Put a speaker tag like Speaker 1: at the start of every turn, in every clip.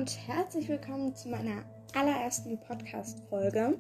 Speaker 1: und herzlich willkommen zu meiner allerersten Podcast-Folge.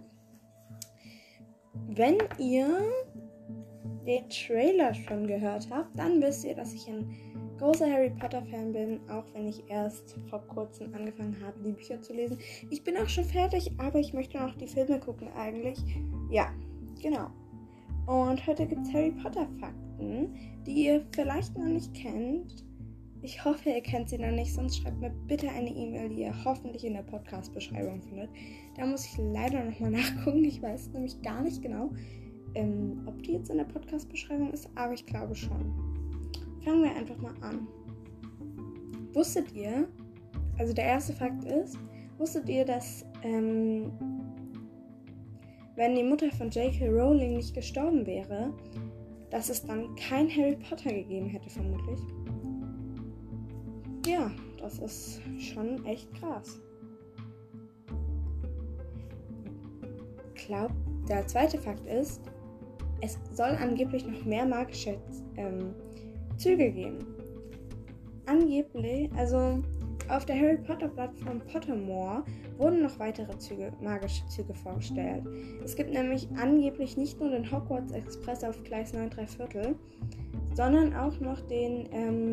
Speaker 1: Wenn ihr den Trailer schon gehört habt, dann wisst ihr, dass ich ein großer Harry Potter-Fan bin, auch wenn ich erst vor kurzem angefangen habe, die Bücher zu lesen. Ich bin auch schon fertig, aber ich möchte noch die Filme gucken eigentlich. Ja, genau. Und heute gibt es Harry Potter-Fakten, die ihr vielleicht noch nicht kennt. Ich hoffe, ihr kennt sie noch nicht, sonst schreibt mir bitte eine E-Mail, die ihr hoffentlich in der Podcast-Beschreibung findet. Da muss ich leider nochmal nachgucken. Ich weiß nämlich gar nicht genau, ob die jetzt in der Podcast-Beschreibung ist, aber ich glaube schon. Fangen wir einfach mal an. Wusstet ihr, also der erste Fakt ist, wusstet ihr, dass wenn die Mutter von J.K. Rowling nicht gestorben wäre, dass es dann kein Harry Potter gegeben hätte, vermutlich? Ja, das ist schon echt krass. Der zweite Fakt ist, es soll angeblich noch mehr magische Züge geben. Angeblich, also auf der Harry Potter Plattform Pottermore wurden noch weitere magische Züge vorgestellt. Es gibt nämlich angeblich nicht nur den Hogwarts Express auf Gleis 9 3/4, sondern auch noch den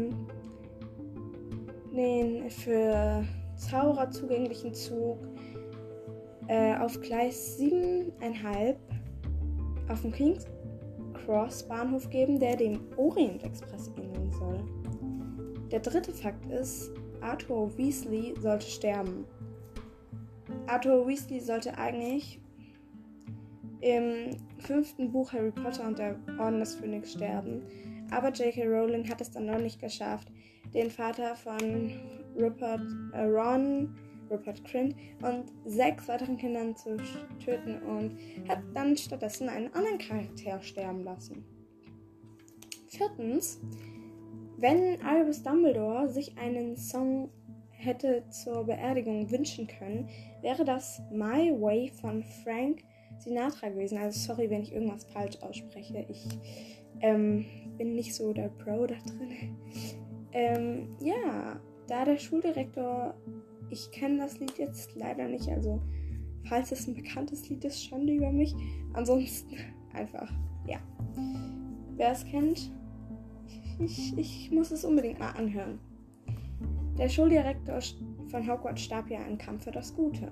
Speaker 1: für Zauberer zugänglichen Zug auf Gleis 7,5 auf dem King's Cross Bahnhof geben, der dem Orient Express ähneln soll. Der dritte Fakt ist, Arthur Weasley sollte sterben. Arthur Weasley sollte eigentlich im 5. Buch Harry Potter und der Orden des Phönix sterben, aber J.K. Rowling hat es dann noch nicht geschafft, den Vater von Rupert Grint und 6 weiteren Kindern zu töten und hat dann stattdessen einen anderen Charakter sterben lassen. Viertens, wenn Albus Dumbledore sich einen Song hätte zur Beerdigung wünschen können, wäre das My Way von Frank Sinatra gewesen. Also sorry, wenn ich irgendwas falsch ausspreche. Ich bin nicht so der Pro da drin. Da der Schuldirektor, ich kenne das Lied jetzt leider nicht, also falls es ein bekanntes Lied ist, Schande über mich. Ansonsten einfach, ja. Wer es kennt, ich muss es unbedingt mal anhören. Der Schuldirektor von Hogwarts starb ja im Kampf für das Gute.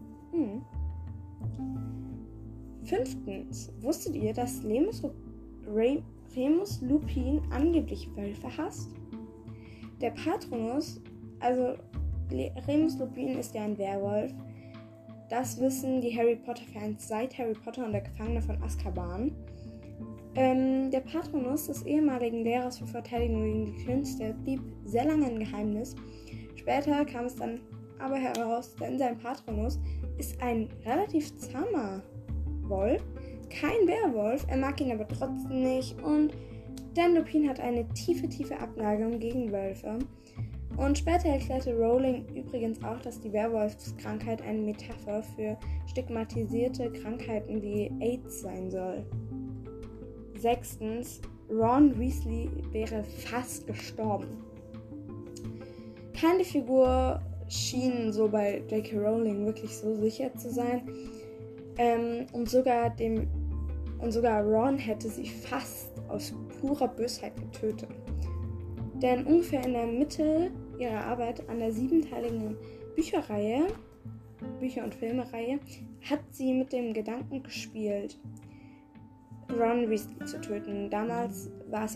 Speaker 1: Fünftens, wusstet ihr, dass Remus Lupin angeblich Wölfe hasst? Der Patronus, also Remus Lupin ist ja ein Werwolf. Das wissen die Harry Potter-Fans seit Harry Potter und der Gefangene von Azkaban. Der Patronus des ehemaligen Lehrers für Verteidigung gegen die Künste blieb sehr lange ein Geheimnis. Später kam es dann aber heraus, denn sein Patronus ist ein relativ zahmer Wolf, kein Werwolf, er mag ihn aber trotzdem nicht und Dan Lupin hat eine tiefe Abneigung gegen Wölfe. Und später erklärte Rowling übrigens auch, dass die Werwolfskrankheit eine Metapher für stigmatisierte Krankheiten wie AIDS sein soll. Sechstens, Ron Weasley wäre fast gestorben. Keine Figur schien so bei J.K. Rowling wirklich so sicher zu sein. Und sogar Ron hätte sie fast aus purer Bösheit getötet. Denn ungefähr in der Mitte ihrer Arbeit an der 7-teiligen Bücher- und Filmereihe hat sie mit dem Gedanken gespielt, Ron Weasley zu töten. Damals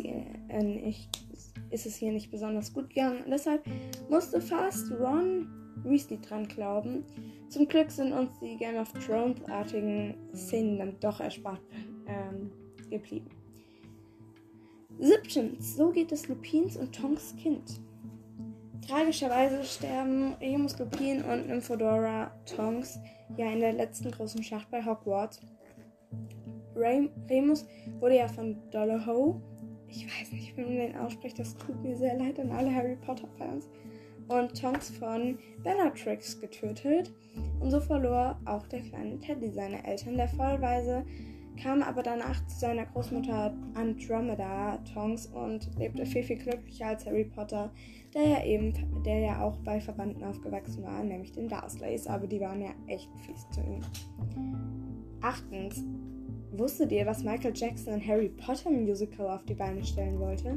Speaker 1: ist es hier nicht besonders gut gegangen und deshalb musste fast Ron Weasley dran glauben. Zum Glück sind uns die Game of Thrones-artigen Szenen dann doch erspart geblieben. 7. So geht es Lupins und Tonks Kind. Tragischerweise sterben Remus Lupin und Nymphadora Tonks ja in der letzten großen Schlacht bei Hogwarts. Remus wurde ja von Dolohov, ich weiß nicht, wie man den ausspricht, das tut mir sehr leid an alle Harry Potter Fans, und Tonks von Bellatrix getötet und so verlor auch der kleine Teddy seine Eltern, der vollweise kam aber danach zu seiner Großmutter Andromeda Tonks und lebte viel, viel glücklicher als Harry Potter, der ja auch bei Verwandten aufgewachsen war, nämlich den Dursleys, aber die waren ja echt fies zu ihm. 8. Wusstet ihr, dass Michael Jackson ein Harry Potter Musical auf die Beine stellen wollte?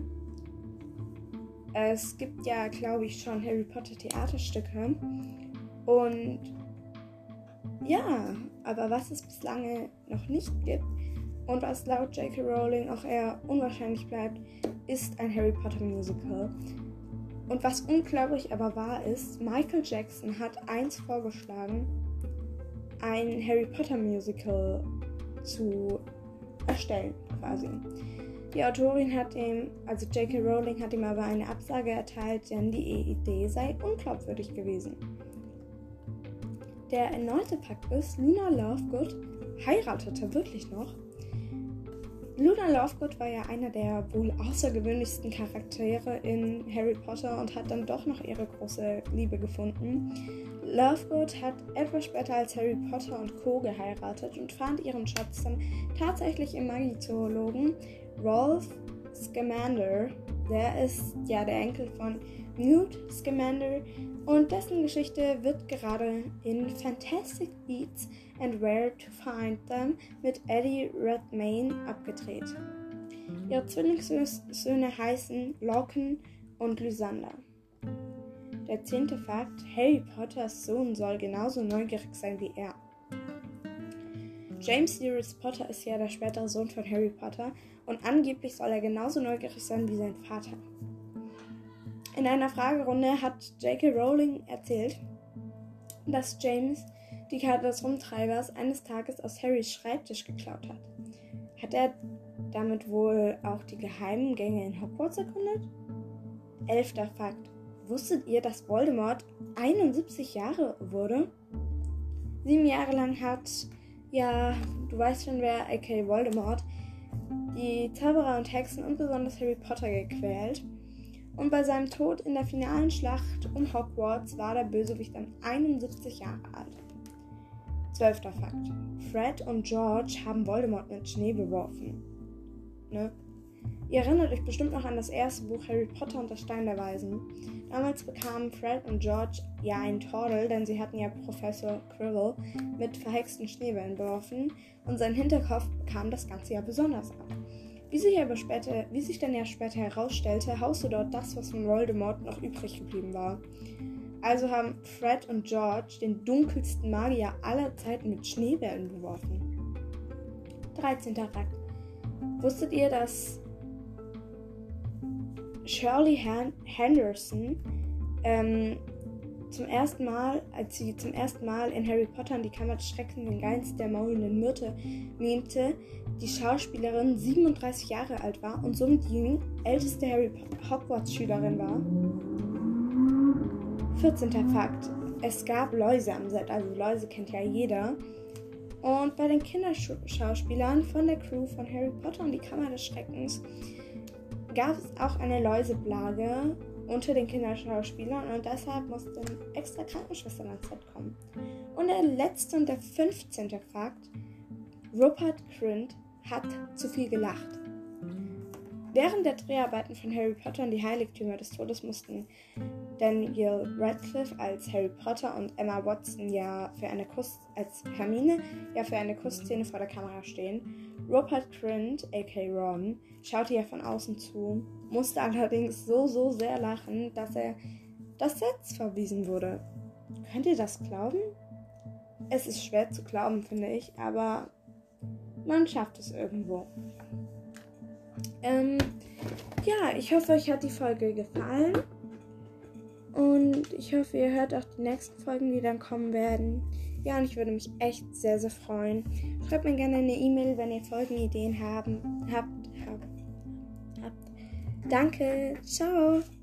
Speaker 1: Es gibt ja, glaube ich, schon Harry Potter Theaterstücke und ja, aber was es bislang noch nicht gibt und was laut J.K. Rowling auch eher unwahrscheinlich bleibt, ist ein Harry Potter Musical. Und was unglaublich aber wahr ist, Michael Jackson hat einst vorgeschlagen, ein Harry Potter Musical zu erstellen, quasi. Die Autorin also J.K. Rowling hat ihm aber eine Absage erteilt, denn die Idee sei unglaubwürdig gewesen. Der erneute Fakt ist, Luna Lovegood heiratete wirklich noch. Luna Lovegood war ja einer der wohl außergewöhnlichsten Charaktere in Harry Potter und hat dann doch noch ihre große Liebe gefunden. Lovegood hat etwas später als Harry Potter und Co. geheiratet und fand ihren Schatz dann tatsächlich im Magiezoologen Rolf Scamander. Der ist ja der Enkel von Newt Scamander und dessen Geschichte wird gerade in Fantastic Beasts and Where to Find Them mit Eddie Redmayne abgedreht. Ihre Zwillingssöhne heißen Lorcan und Lysander. Der 10. Fakt: Harry Potters Sohn soll genauso neugierig sein wie er. James Sirius Potter ist ja der spätere Sohn von Harry Potter und angeblich soll er genauso neugierig sein wie sein Vater. In einer Fragerunde hat J.K. Rowling erzählt, dass James die Karte des Rumtreibers eines Tages aus Harrys Schreibtisch geklaut hat. Hat er damit wohl auch die geheimen Gänge in Hogwarts erkundet? 11. Fakt: Wusstet ihr, dass Voldemort 71 Jahre wurde? 7 Jahre lang hat, ja, du weißt schon wer, aka Voldemort, die Zauberer und Hexen und besonders Harry Potter gequält. Und bei seinem Tod in der finalen Schlacht um Hogwarts war der Bösewicht dann 71 Jahre alt. 12. Fakt: Fred und George haben Voldemort mit Schnee beworfen. Ne? Ihr erinnert euch bestimmt noch an das erste Buch Harry Potter und der Stein der Weisen. Damals bekamen Fred und George ja einen Tordel, denn sie hatten ja Professor Quirrell mit verhexten Schneebällen beworfen und sein Hinterkopf bekam das Ganze ja besonders ab. Wie sich dann ja später herausstellte, hauste dort das, was von Voldemort noch übrig geblieben war. Also haben Fred und George den dunkelsten Magier aller Zeiten mit Schneebällen beworfen. 13. Fakt: Wusstet ihr, dass Shirley Henderson als sie zum ersten Mal in Harry Potter und die Kammer des Schreckens den Geist der maulenden Myrte mimte, die Schauspielerin 37 Jahre alt war und somit die älteste Harry Hogwarts-Schülerin war? 14. Fakt: Es gab Läuse am Set, also Läuse kennt ja jeder. Und bei den Kinderschauspielern von der Crew von Harry Potter und die Kammer des Schreckens gab es auch eine Läuseplage unter den Kinderschauspielern und deshalb mussten extra Krankenschwestern ans Set kommen. Und der letzte und der 15. Fakt: Rupert Grint hat zu viel gelacht. Während der Dreharbeiten von Harry Potter und die Heiligtümer des Todes mussten Daniel Radcliffe als Harry Potter und Emma Watson als Hermine für eine Kussszene vor der Kamera stehen. Rupert Grint, aka Ron, schaute ja von außen zu, musste allerdings so sehr lachen, dass er das Set verwiesen wurde. Könnt ihr das glauben? Es ist schwer zu glauben, finde ich, aber man schafft es irgendwo. Ich hoffe, euch hat die Folge gefallen. Und ich hoffe, ihr hört auch die nächsten Folgen, die dann kommen werden. Ja, und ich würde mich echt sehr, sehr freuen. Schreibt mir gerne eine E-Mail, wenn ihr Folgenideen habt. Danke. Ciao.